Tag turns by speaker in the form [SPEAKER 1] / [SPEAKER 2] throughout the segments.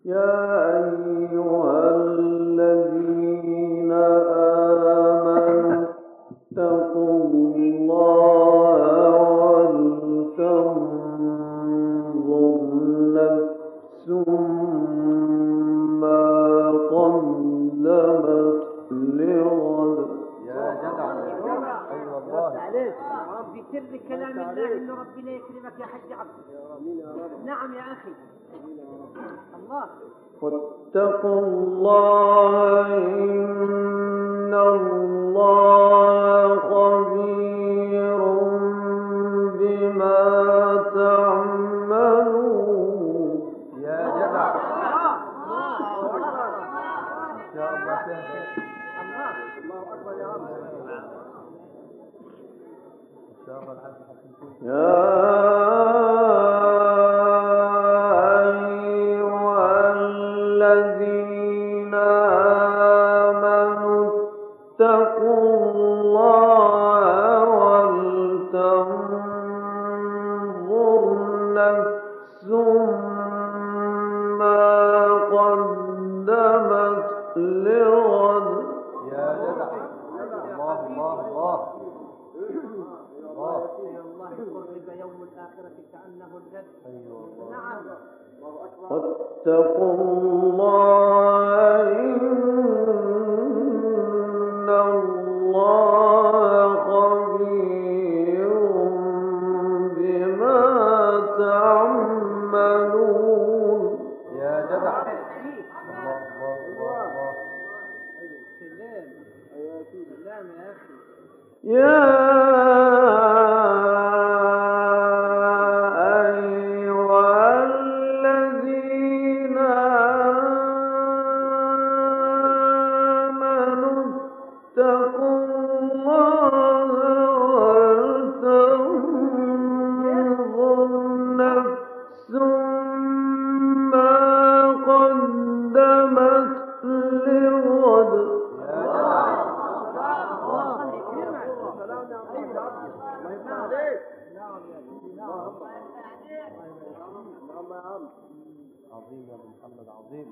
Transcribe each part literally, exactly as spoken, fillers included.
[SPEAKER 1] واتقوا الله إن الله خبير بما تعملون.
[SPEAKER 2] يا جدع يا الله الله أكبر يا رب. إن شاء الله الحاج
[SPEAKER 1] واتقوا الله إن الله خبير بما تعملون.
[SPEAKER 2] يا جدع الله الله الله سلام يا أخي.
[SPEAKER 1] يا
[SPEAKER 2] عظيم يا محمد عظيم.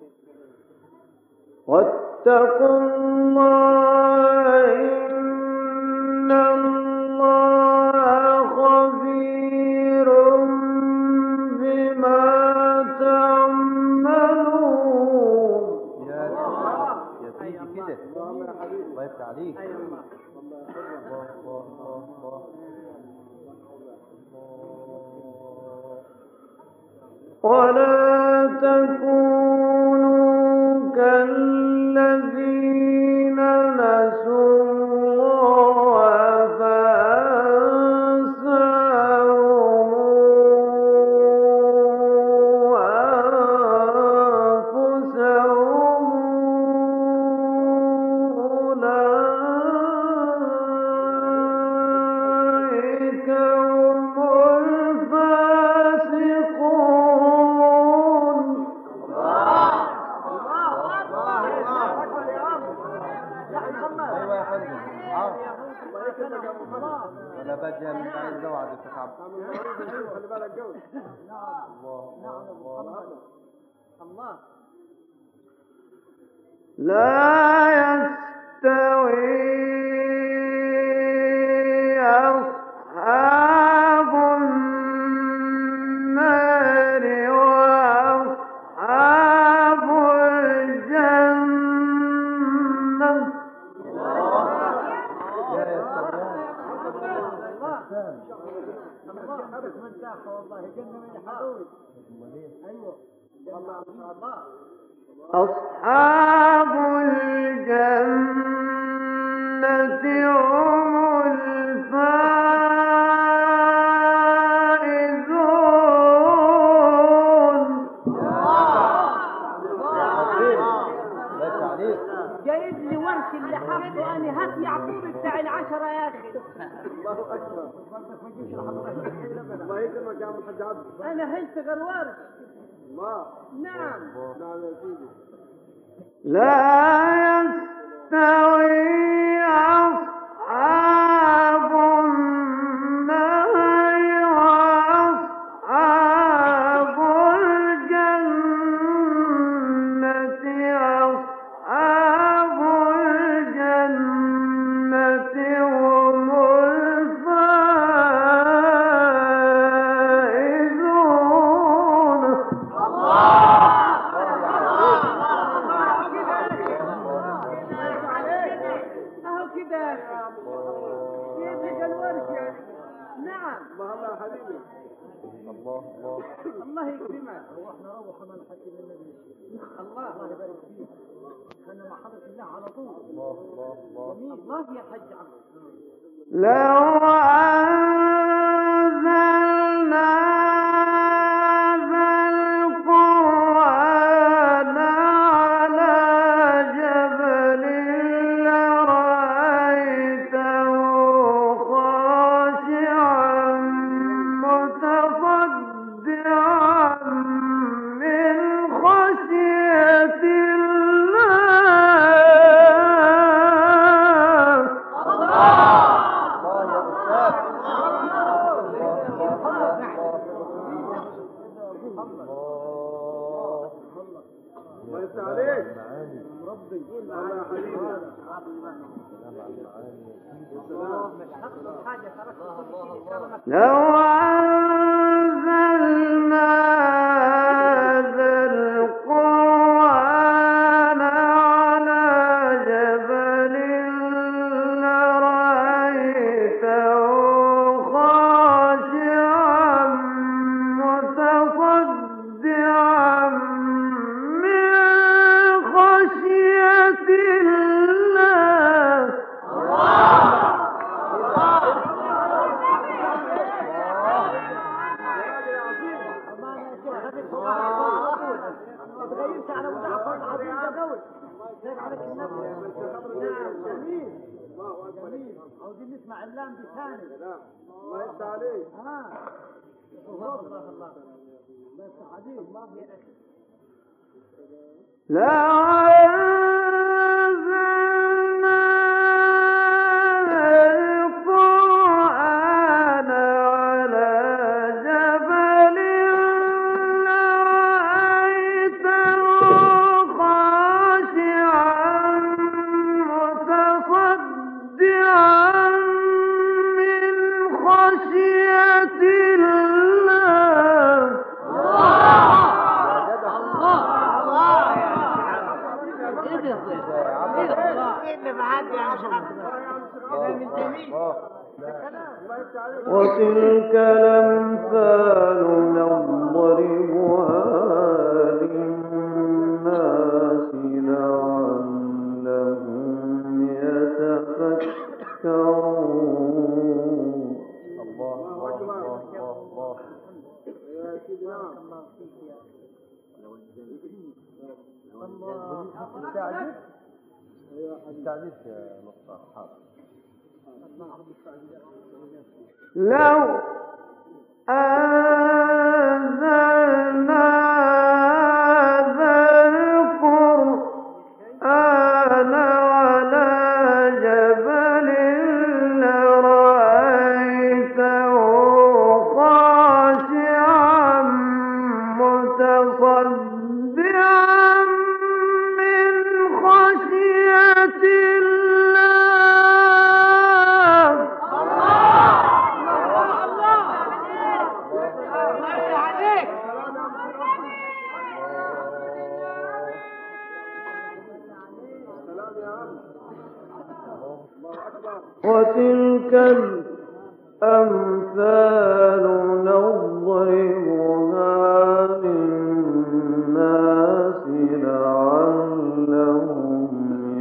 [SPEAKER 1] واتقوا الله إن الله خبير بما تعملون.
[SPEAKER 2] يا يا سيدي كده الله يفتح عليك. الله الله الله الله
[SPEAKER 1] ولا تكونوا كالذين نسوا الله فأنساهم أنفسهم أولئك هم
[SPEAKER 2] لا بجي من بعيد زوعد التخاب. خلي بالك جوز. الله الله الله.
[SPEAKER 1] لا يستوي أصحاب النار وأصحاب الجنة.
[SPEAKER 2] والله جنة من الحدود. أيوة والله ما شاء الله.
[SPEAKER 1] أصحاب الجنة هم الفائزون.
[SPEAKER 3] جايب لي ورش اللي حفظه أنا هات يعقوب بتاع العشرة يا أخي.
[SPEAKER 2] الله أكبر. الله يكرمك يا عم الحاج عبد.
[SPEAKER 3] أنا هلت غروارش.
[SPEAKER 2] الله.
[SPEAKER 3] نعم.
[SPEAKER 2] نعم يا سيدي.
[SPEAKER 1] لا يستوي أصحاب النار وأصحاب الجنة
[SPEAKER 3] الله الله يبارك فيك. انا مع حضرة الله على طول.
[SPEAKER 2] الله الله الله
[SPEAKER 3] جميل. الله يا حج عبد.
[SPEAKER 1] لو أنزلنا هذا القرآن على جبل لرأيته خاشعا متصدعا من خشية لو أنزلنا هذا القرآن على جبل لرأيته خاشعا متصدعا من خشية الله.
[SPEAKER 3] عاوزين نسمع اللام دي ثاني. الله يفتح عليك. ها الله الله الله الله يفتح عليك. الله يا اخي.
[SPEAKER 1] لو أنزلنا القرآن على جبل لرأيته خاشعا متصدعا من خشية الله. وتلك الأمثال نضربها للناس لعلهم يتفكرون.
[SPEAKER 2] الله الله الله الله استعجل استعجل يا مختار. حاضر.
[SPEAKER 1] لو أنزلنا هذا القرآن على جبل لرأيته خاشعا متصدعا من خشية الله. وتلك الأمثال نضربها للناس لعلهم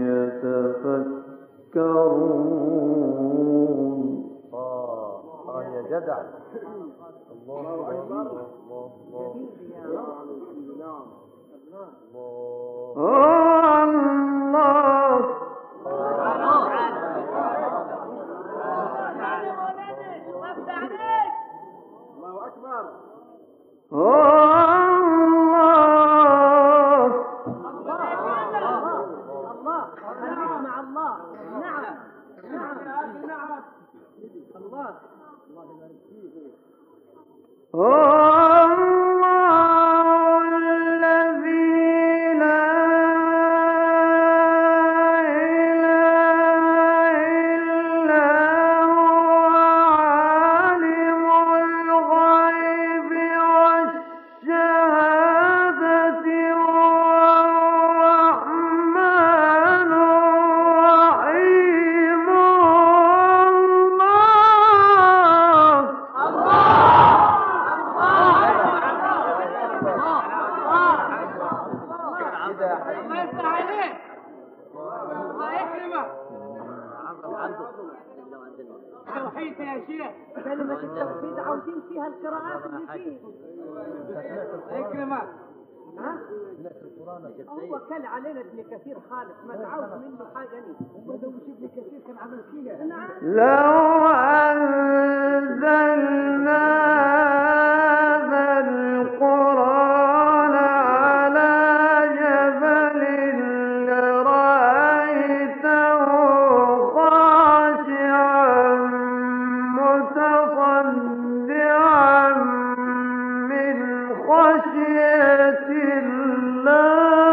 [SPEAKER 1] يتفكرون.
[SPEAKER 2] آه آه يا جدع. الله الله الله الله
[SPEAKER 1] الله الذي لا
[SPEAKER 2] كده يا حبيبي.
[SPEAKER 3] الله يفتح عليك. الله يكرمك. توحيد يا شيخ. كلمة التوحيد عاوزين فيها القراءات اللي فيه. الله يكرمك. ها؟ هو كان علينا ابن كثير خالص ما تعاوز منه حاجة لي. هو لو مش ابن كثير كان عمل فيها.
[SPEAKER 1] لو أنزلنا هذا القرآن على جبل لرأيته خاشعا متصدعا من خشية الله.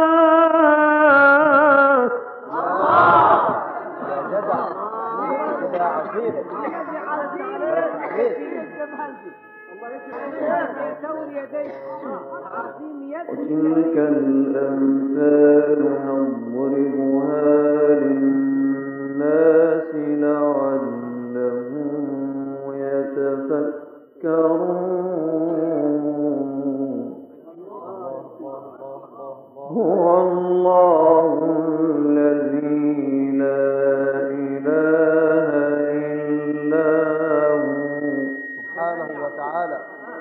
[SPEAKER 1] وتلك الأمثال نضربها للناس لعلهم يتفكرون. هو الله الذي لا إله إلا هو
[SPEAKER 2] سبحانه وتعالى.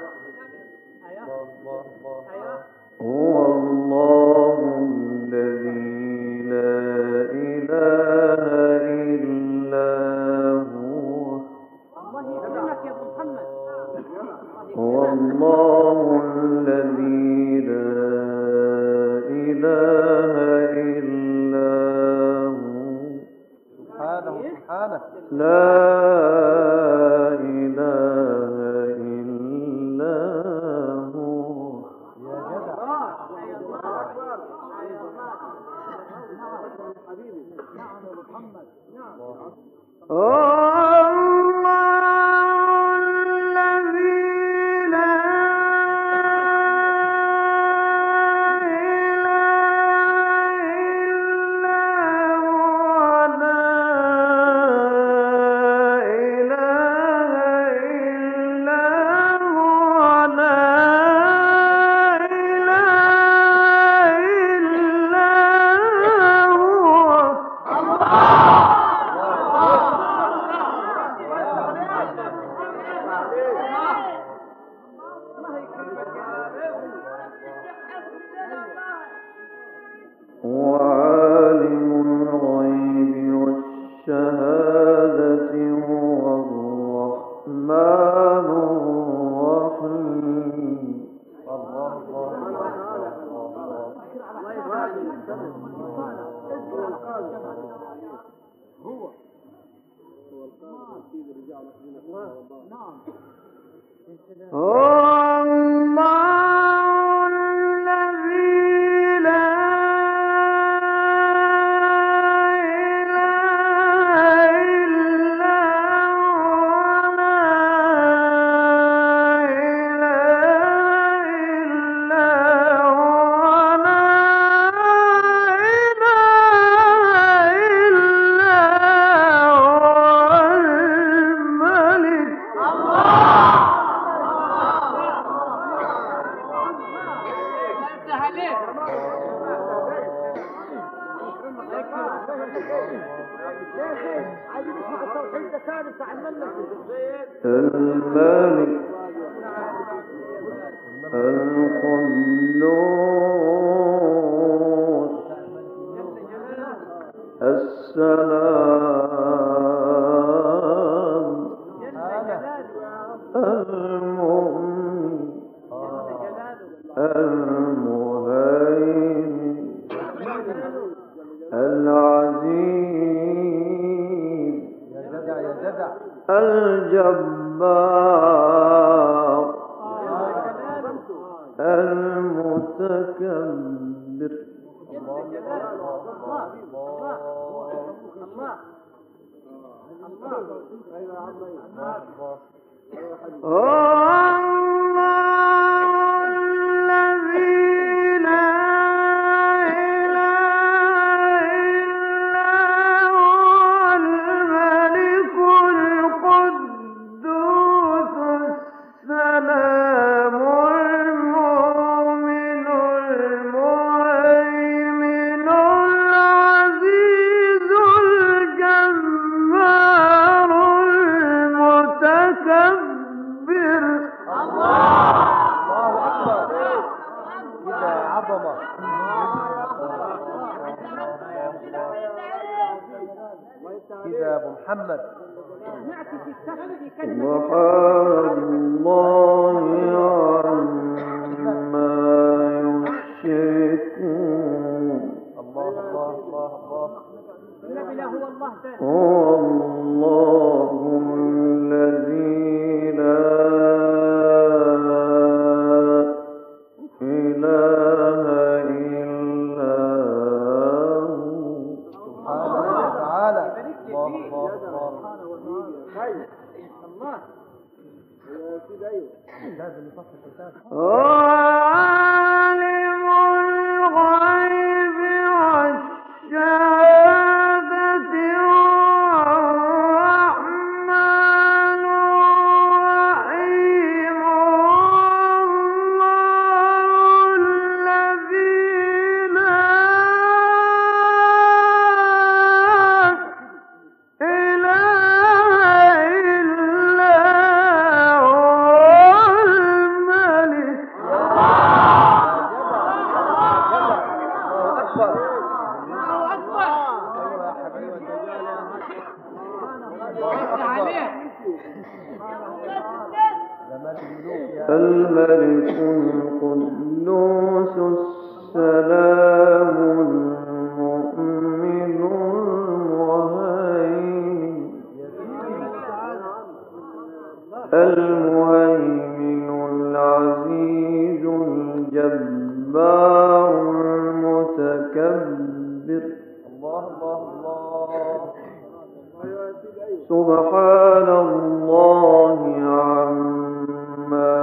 [SPEAKER 1] هو الله الذي لا إله إلا هو.
[SPEAKER 3] الله يكرمك يا ابو محمد.
[SPEAKER 1] هو الله الذي لا إله إلا هو.
[SPEAKER 2] سبحانه سبحانه.
[SPEAKER 1] لا إله إلا هو.
[SPEAKER 2] يا جدع.
[SPEAKER 1] الملك القدوس السلام المؤمن المهيمن العزيز الجبار المتكبر. السلام المؤمن المهيمن
[SPEAKER 2] العظمة. كده يا ابو محمد.
[SPEAKER 3] سمعت في السخر في كلمة
[SPEAKER 1] سبحان الله عما يشركون.
[SPEAKER 2] الله الله الله الله.
[SPEAKER 3] النبي لا هو الله ثاني.
[SPEAKER 1] هو الله الذي لا إله إلا هو.
[SPEAKER 2] سبحانه وتعالى. الله الله الله.
[SPEAKER 3] الله
[SPEAKER 2] لازم يفصل الكتاب.
[SPEAKER 1] عالم الغيب والشهادة الرحمن الرحيم. الله الذي لا إله إلا هو الملك.
[SPEAKER 2] الله أكبر. أيوة يا حبيبي.
[SPEAKER 3] عليه
[SPEAKER 2] جمال الملوك يا
[SPEAKER 1] الملك القدوس السلام المؤمن المهيمن المهيمن العزيز الجبار المتكبر.
[SPEAKER 2] الله الله الله.
[SPEAKER 1] سبحان الله عما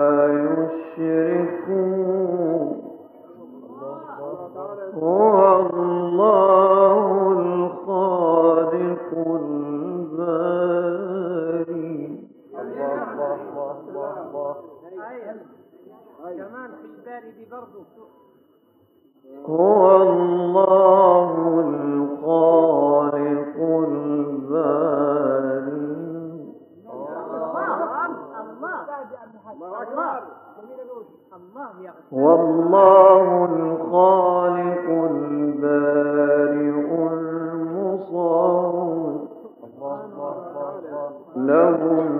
[SPEAKER 1] يشركون. هو الله الخالق الباري.
[SPEAKER 2] الله الله الله الله الله.
[SPEAKER 3] كمان في البارد برضه.
[SPEAKER 1] هو الله الخالق الباري.
[SPEAKER 3] الله يا
[SPEAKER 1] والله الخالق البارئ المصور.
[SPEAKER 2] الله الله الله.
[SPEAKER 1] له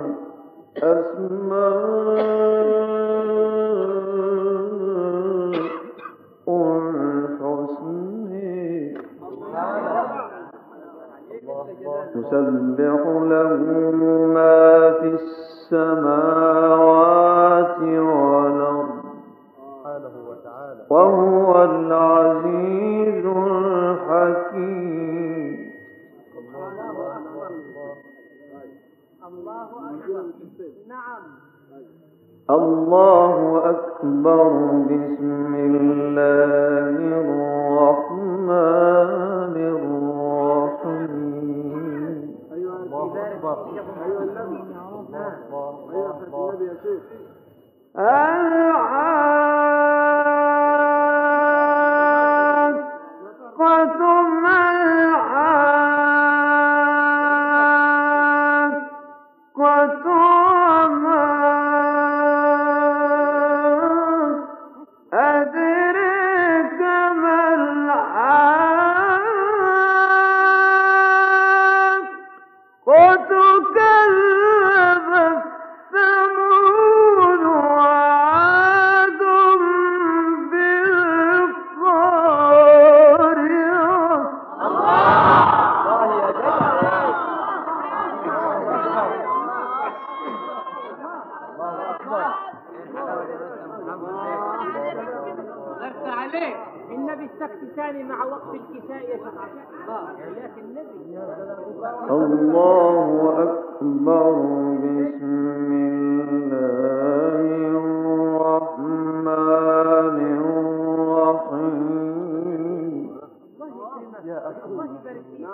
[SPEAKER 1] الأسماء الحسنى. يسبح له ما في السماوات والأرض
[SPEAKER 2] سبحانه وتعالى.
[SPEAKER 1] وهو العزيز الحكيم.
[SPEAKER 2] الله الله الله.
[SPEAKER 3] الله أكبر. نعم
[SPEAKER 1] الله أكبر. بسم الله الرحمن الرحيم.
[SPEAKER 2] الله أكبر. أيها النبي. الله الله الله.
[SPEAKER 1] الحاقة ما الحاقة وما أدريك ما الحاقة. كذبت ثمود وعاد بالقارعة.
[SPEAKER 2] الله يا جدع. الله أكبر.
[SPEAKER 3] غرت عليه. النبي السكت ثاني مع وقف الكساء يا شيخ الله إياك النبي.
[SPEAKER 1] الله أكبر. بسم الله الرحمن الرحيم.
[SPEAKER 2] يا أخي.
[SPEAKER 3] الله يبارك فيك.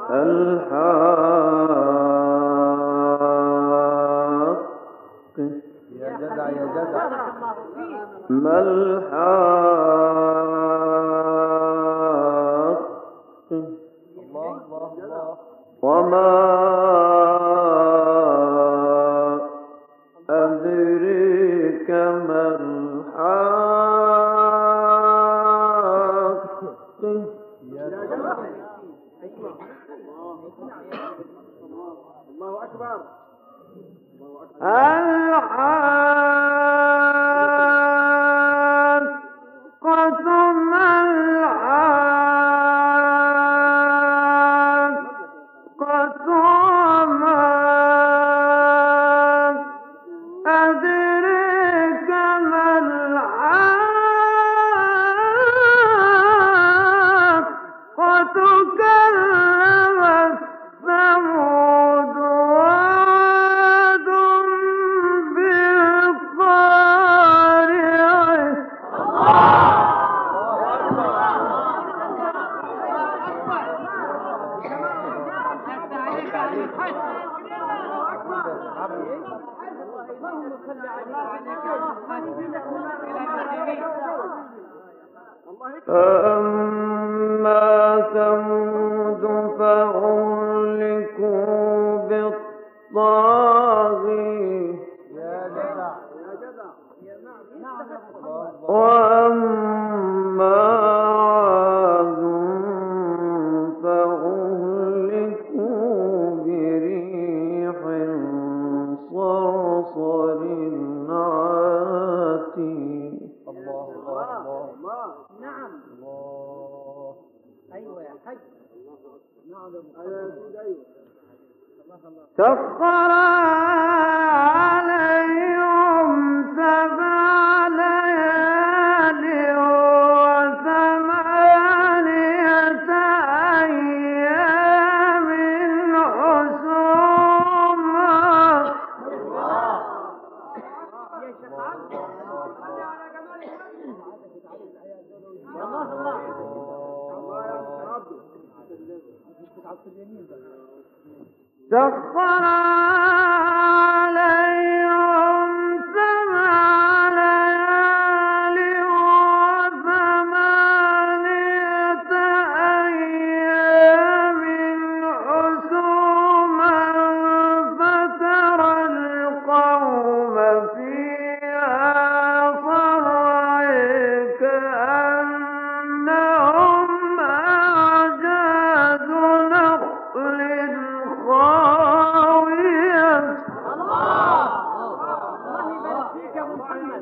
[SPEAKER 1] الحاقة
[SPEAKER 2] يا جدع يا جدع.
[SPEAKER 3] بارك الله فيك.
[SPEAKER 1] ما الحاقة
[SPEAKER 2] الله الله الله.
[SPEAKER 1] وما أدريك ما الحاقة. فأما ثمود فأهلكوا بالطاغية وأما عاد فأهلكوا بريح صرصر عاتي.
[SPEAKER 2] الله الله الله.
[SPEAKER 3] نعم.
[SPEAKER 2] الله.
[SPEAKER 3] ايوه يا حي. نعم.
[SPEAKER 1] سخر عليهم سبع ليال وثمانية أيام حسوما.
[SPEAKER 3] الله الله.
[SPEAKER 1] سخر عليهم سبع ليال وثمانية أيام حسوما فترى القوم فيها صرعى كأنهم أعجاز نخل خاوية.
[SPEAKER 3] الله يبارك فيك يا ابو محمد.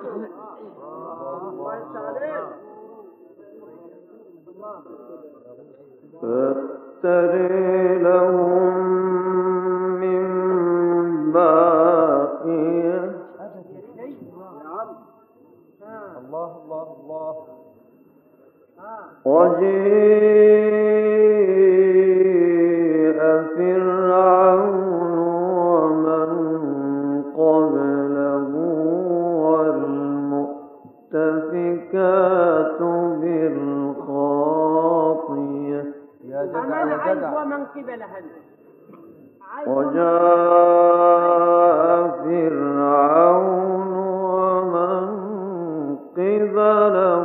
[SPEAKER 3] الله يسعدك.
[SPEAKER 1] فتري لهم من باقية.
[SPEAKER 2] الله الله الله.
[SPEAKER 1] وجيء فرعون ومن قبله والمؤتفكات بالخاطية.
[SPEAKER 2] يا جدع
[SPEAKER 3] أنا
[SPEAKER 2] يا
[SPEAKER 3] عايز
[SPEAKER 2] جدع.
[SPEAKER 3] ومن قبلها.
[SPEAKER 1] وجاء فرعون ومن قبله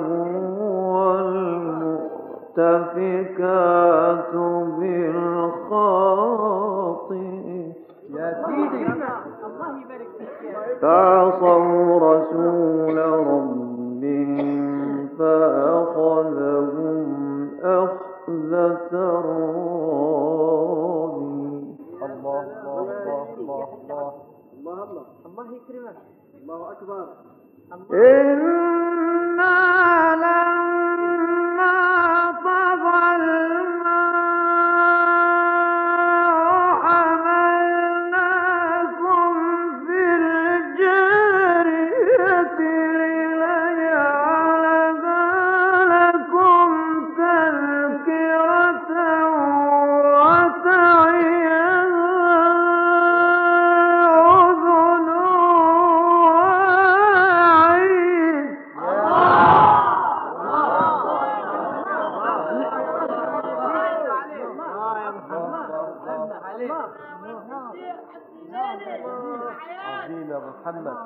[SPEAKER 1] والمؤتفكات بالخاطئة.
[SPEAKER 2] يا سيدي.
[SPEAKER 3] الله يبارك فيك.
[SPEAKER 1] فعصوا رسول ربهم فأخذهم أخذة رابية.
[SPEAKER 2] الله الله الله الله الله.
[SPEAKER 3] الله الله. الله يكرمك. الله أكبر.
[SPEAKER 1] إنا لما طغى الماء حملناكم في الجارية لنجعلها لكم تذكرة وتعيها أذن واعي.
[SPEAKER 2] عظيم يا ابو محمد.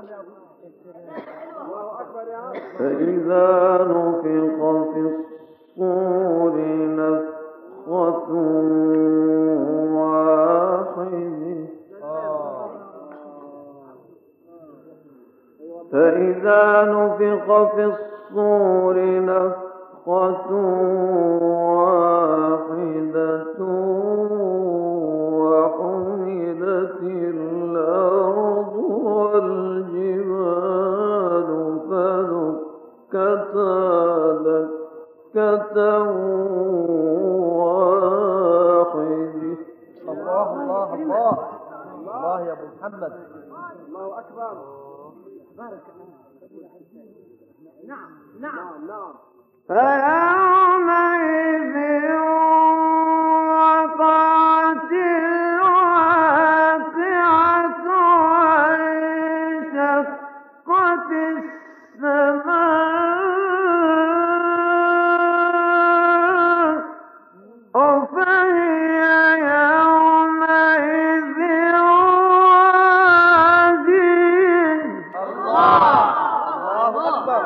[SPEAKER 1] فإذا نفخ في الصور نفخة واحدة. فإذا نفخ في الصور نفخة واحدة وحملت الأرض واحد.
[SPEAKER 2] الله الله الله الله يا ابو محمد.
[SPEAKER 3] الله اكبر. بارك الله. نعم نعم نعم.
[SPEAKER 1] فيومئذ وقعت الواقعة وانشقت السماء فهي يومئذ واهية.
[SPEAKER 2] الله الله اكبر.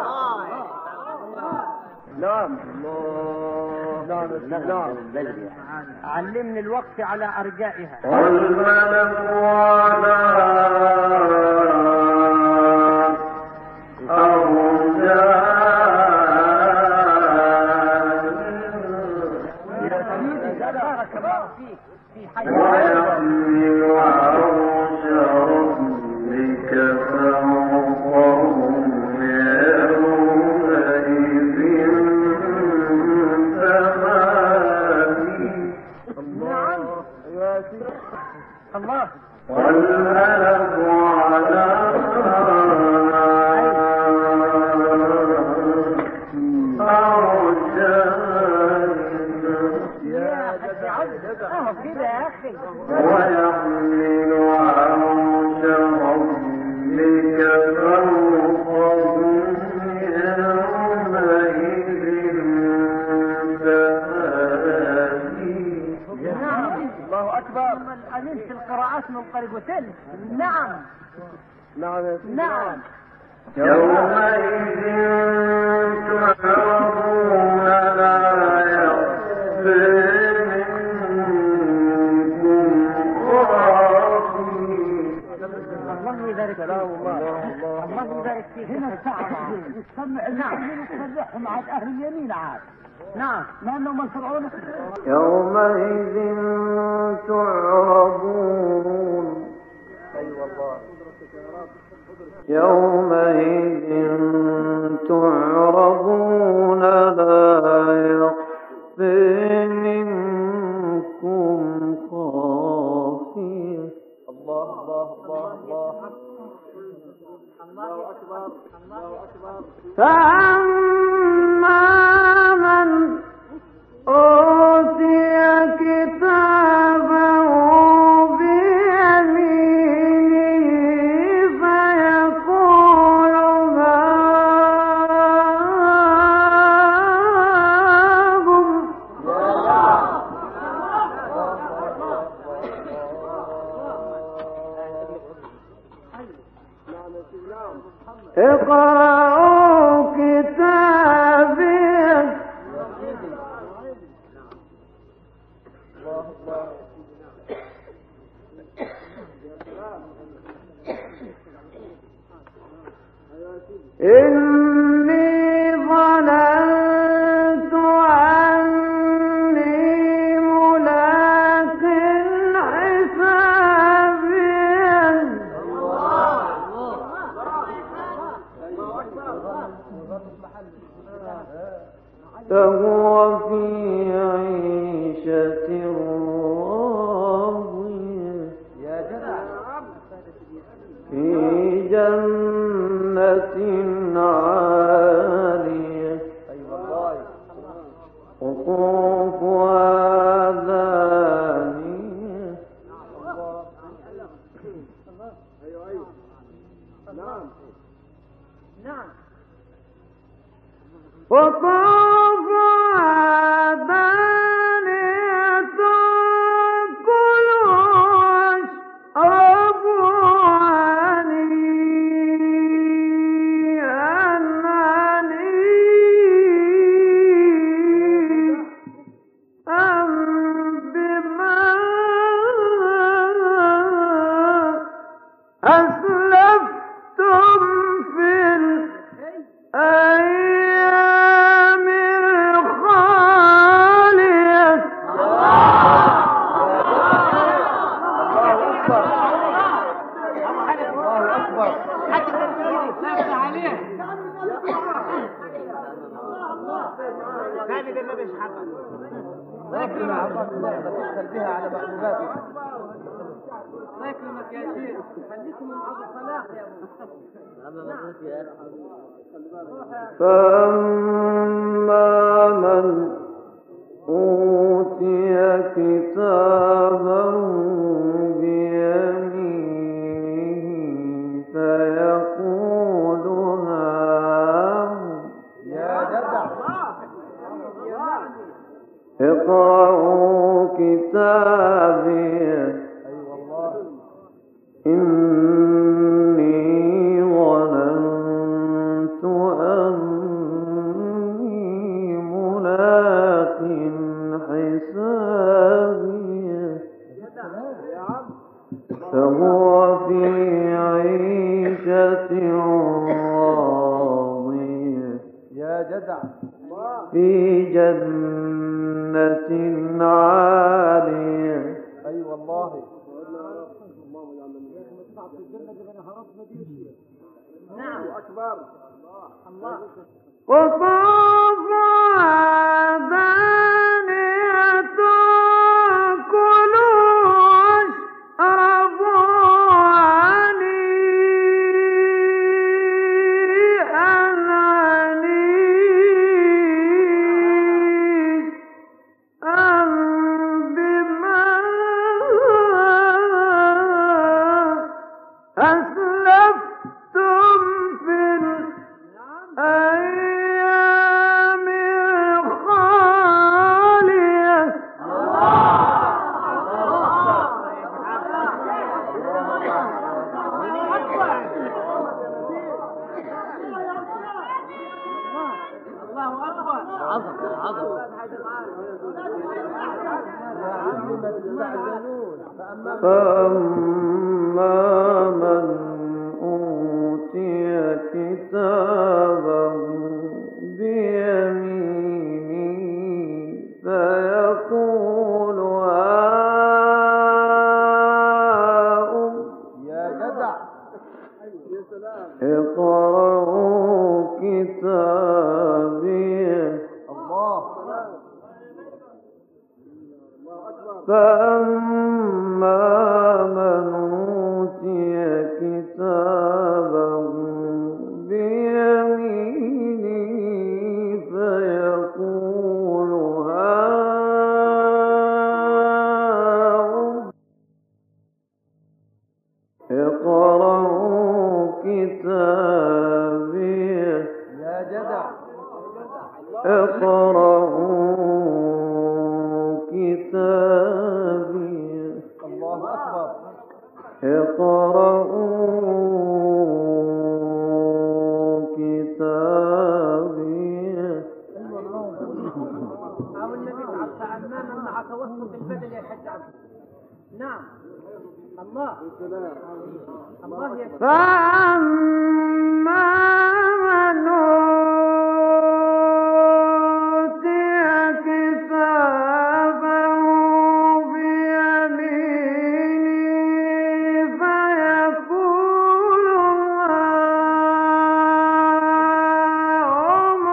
[SPEAKER 4] نعم نعم نعم. علمني الوقت على أرجائها.
[SPEAKER 1] والملك على ويحمل عرش ربك فوقهم يومئذ ثمانية.
[SPEAKER 4] الله.
[SPEAKER 1] والملك على
[SPEAKER 4] كده يا أخي.
[SPEAKER 1] ويحمل عرش ربك فوقهم يومئذ ثمانية.
[SPEAKER 4] الله أكبر. الأمين في القراءات منقرب وتل. نعم
[SPEAKER 2] نعم
[SPEAKER 4] نعم.
[SPEAKER 1] يومئذ تعرضون لا يخفى منكم خافي.
[SPEAKER 4] الله يبارك فيك. الله يبارك فيك. هنا الساعة يسمع اليمين وتفرحهم عاد أهل اليمين عاد. نعم لأنهم مسرعون.
[SPEAKER 1] يومئذ تعرضون.
[SPEAKER 2] اي والله.
[SPEAKER 1] يومئذ تعرضون لا يخفى منكم خافية.
[SPEAKER 2] الله الله الله الله.
[SPEAKER 3] الله اكبر. الله اكبر.
[SPEAKER 1] فأما من أوتي كتابه بيمينه فيقول هاؤم اقرأوا كتابيه إني ظننت أني ملاق حسابيه فهو في عيشة راضية في جنة عالية قطوفها دانية.
[SPEAKER 3] نعم.
[SPEAKER 1] قطوفها دانية كلوا واشربوا هنيئا هنيئا
[SPEAKER 3] ما بيش حقك.
[SPEAKER 2] ربنا أعطاك نعمة تدخل بها على مخلوقاتك.
[SPEAKER 3] الله يكرمك يا شيخ، خليكم مع الصلاح يا ابو.
[SPEAKER 1] فأما من أوتي كتابه بيمينه فيقول هاؤم
[SPEAKER 2] يا جدع
[SPEAKER 1] اقرأوا كتابي
[SPEAKER 2] أي والله
[SPEAKER 1] إني ظننت أني ملاق حسابي فهو في عيشة راضية
[SPEAKER 2] يا جدع
[SPEAKER 1] في جنة عالية
[SPEAKER 2] أي والله
[SPEAKER 3] نعم اكبر الله.
[SPEAKER 1] وطاف دانية كلوا واشربوا هنيئا هنيئا بما أسلفتم في الأيام الخالية
[SPEAKER 3] الله اكبر. عظم عظم.
[SPEAKER 2] يا عم ما تستعجلون.
[SPEAKER 1] فأما من أوتي كتابه بيمينه فيقول هاؤم
[SPEAKER 2] يا جدع
[SPEAKER 1] اقرأوا كتابي
[SPEAKER 2] الله
[SPEAKER 1] فأما من أوتي كتابه بيمينه فيقول هاؤم اقرأوا كتابي
[SPEAKER 2] يا جدع
[SPEAKER 1] اقرأوا كتابي
[SPEAKER 2] الله أكبر
[SPEAKER 1] اقرأوا كتابي
[SPEAKER 3] او النبي فأماما مع توسط البدن يا حج عبد. نعم الله الله يا شيخ.
[SPEAKER 1] فأما من أوتي كتابه بيمينه فيقول هاؤم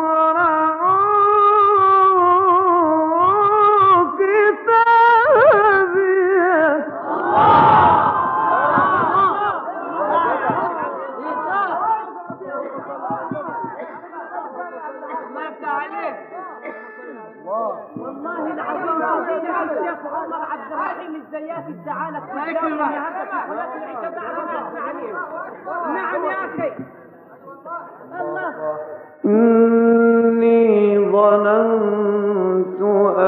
[SPEAKER 1] اقرءوا كتابي
[SPEAKER 3] الله يفتح عليك.
[SPEAKER 2] الله
[SPEAKER 3] والله العظيم عظيم الشيخ عمر عبد الرحيم الزيات الدعالة الله يكرمك. نعم يا اخي. الله
[SPEAKER 1] إني ظننت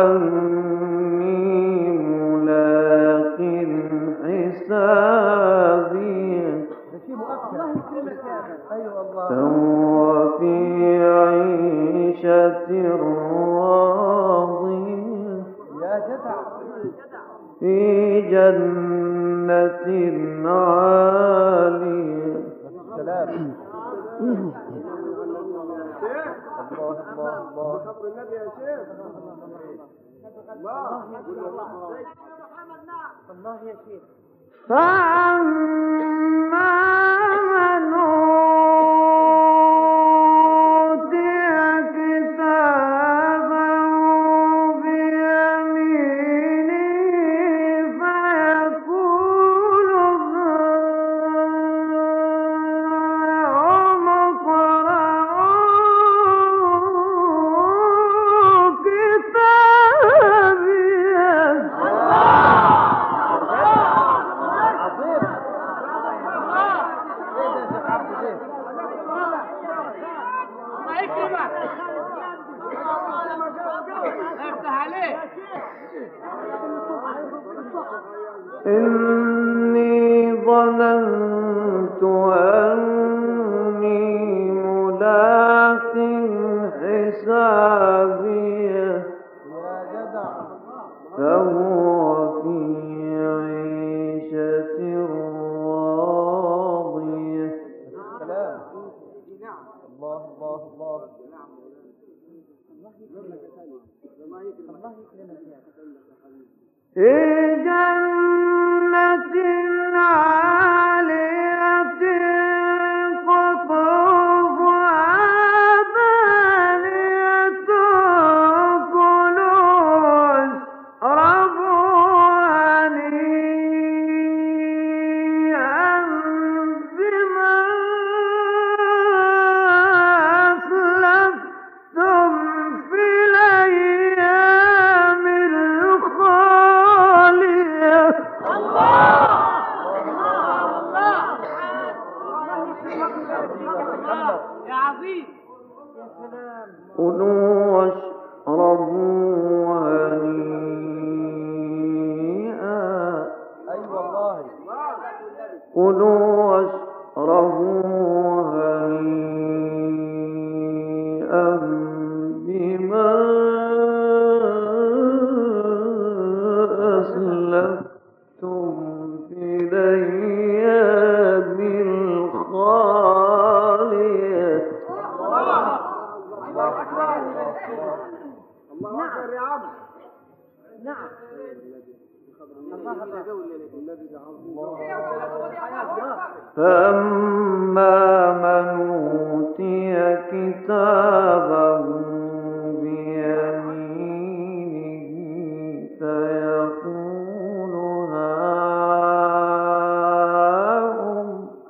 [SPEAKER 1] أني ملاق حسابي
[SPEAKER 3] الله يكرمك يا اخي.
[SPEAKER 2] أي والله
[SPEAKER 1] فهو في عيشة راضية
[SPEAKER 2] يا جدع
[SPEAKER 1] في جنة عالية
[SPEAKER 2] سلام الله الله الله
[SPEAKER 3] الله يا شيخ.
[SPEAKER 1] فأما من أوتي كتابه إني ظننت أني ملاق حسابيه فهو في عيشة راضية.
[SPEAKER 2] سلام. الله الله الله.
[SPEAKER 1] في جنة عالية قطوفها دانية كلوا واشربوا هنيئا بما أسلفتم في الأيام الخالية.
[SPEAKER 3] يا عظيم.
[SPEAKER 1] كلوا واشربوا هنيئا.
[SPEAKER 2] أي والله.
[SPEAKER 1] كلوا واشربوا هنيئا بما أسلفتم في الأيام الخالية.
[SPEAKER 3] نعم.
[SPEAKER 1] فأما من أوتي كتابه بيمينه فيقول هاؤم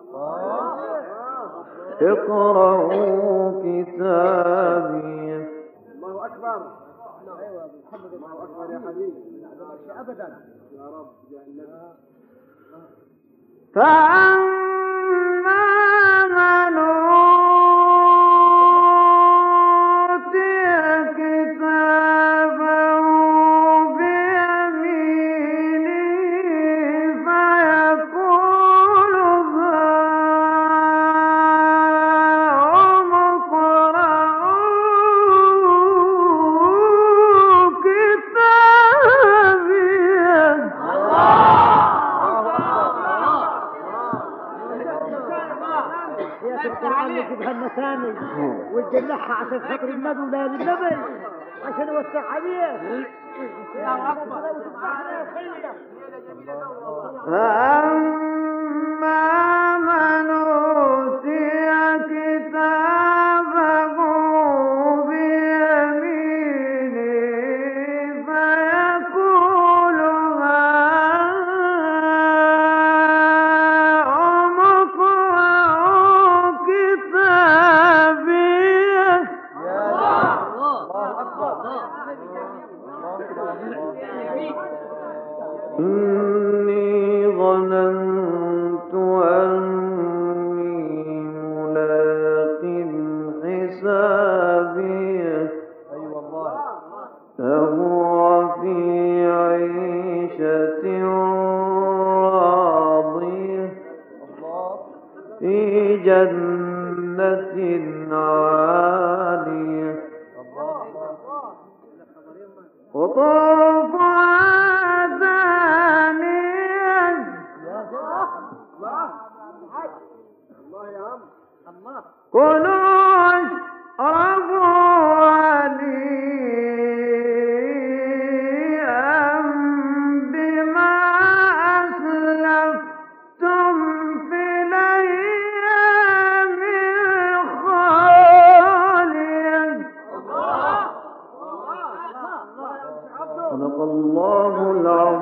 [SPEAKER 1] اقرءوا كتابيه.
[SPEAKER 2] الله أكبر. الله أكبر يا حبيبي. أبدا يا رب.
[SPEAKER 1] فأما من أوتي كتابه بيمينه فيقول هاؤم اقرءوا كتابيه.
[SPEAKER 4] نجيبها المثاني وتجلحها عشان خاطر النبي وليالي النبي عشان يوسع عليه.
[SPEAKER 1] فأما من أوتي كتابه بيمينه فيقول هاؤم اقرءوا كتابيه. إني ظننت أني ملاق حسابيه
[SPEAKER 2] أي والله.
[SPEAKER 1] فهو في عيشة راضية في جنة عالية قطوفها دانية. كلوا واشربوا هنيئا بما أسلفتم في الأيام الخالية. صدق الله العظيم.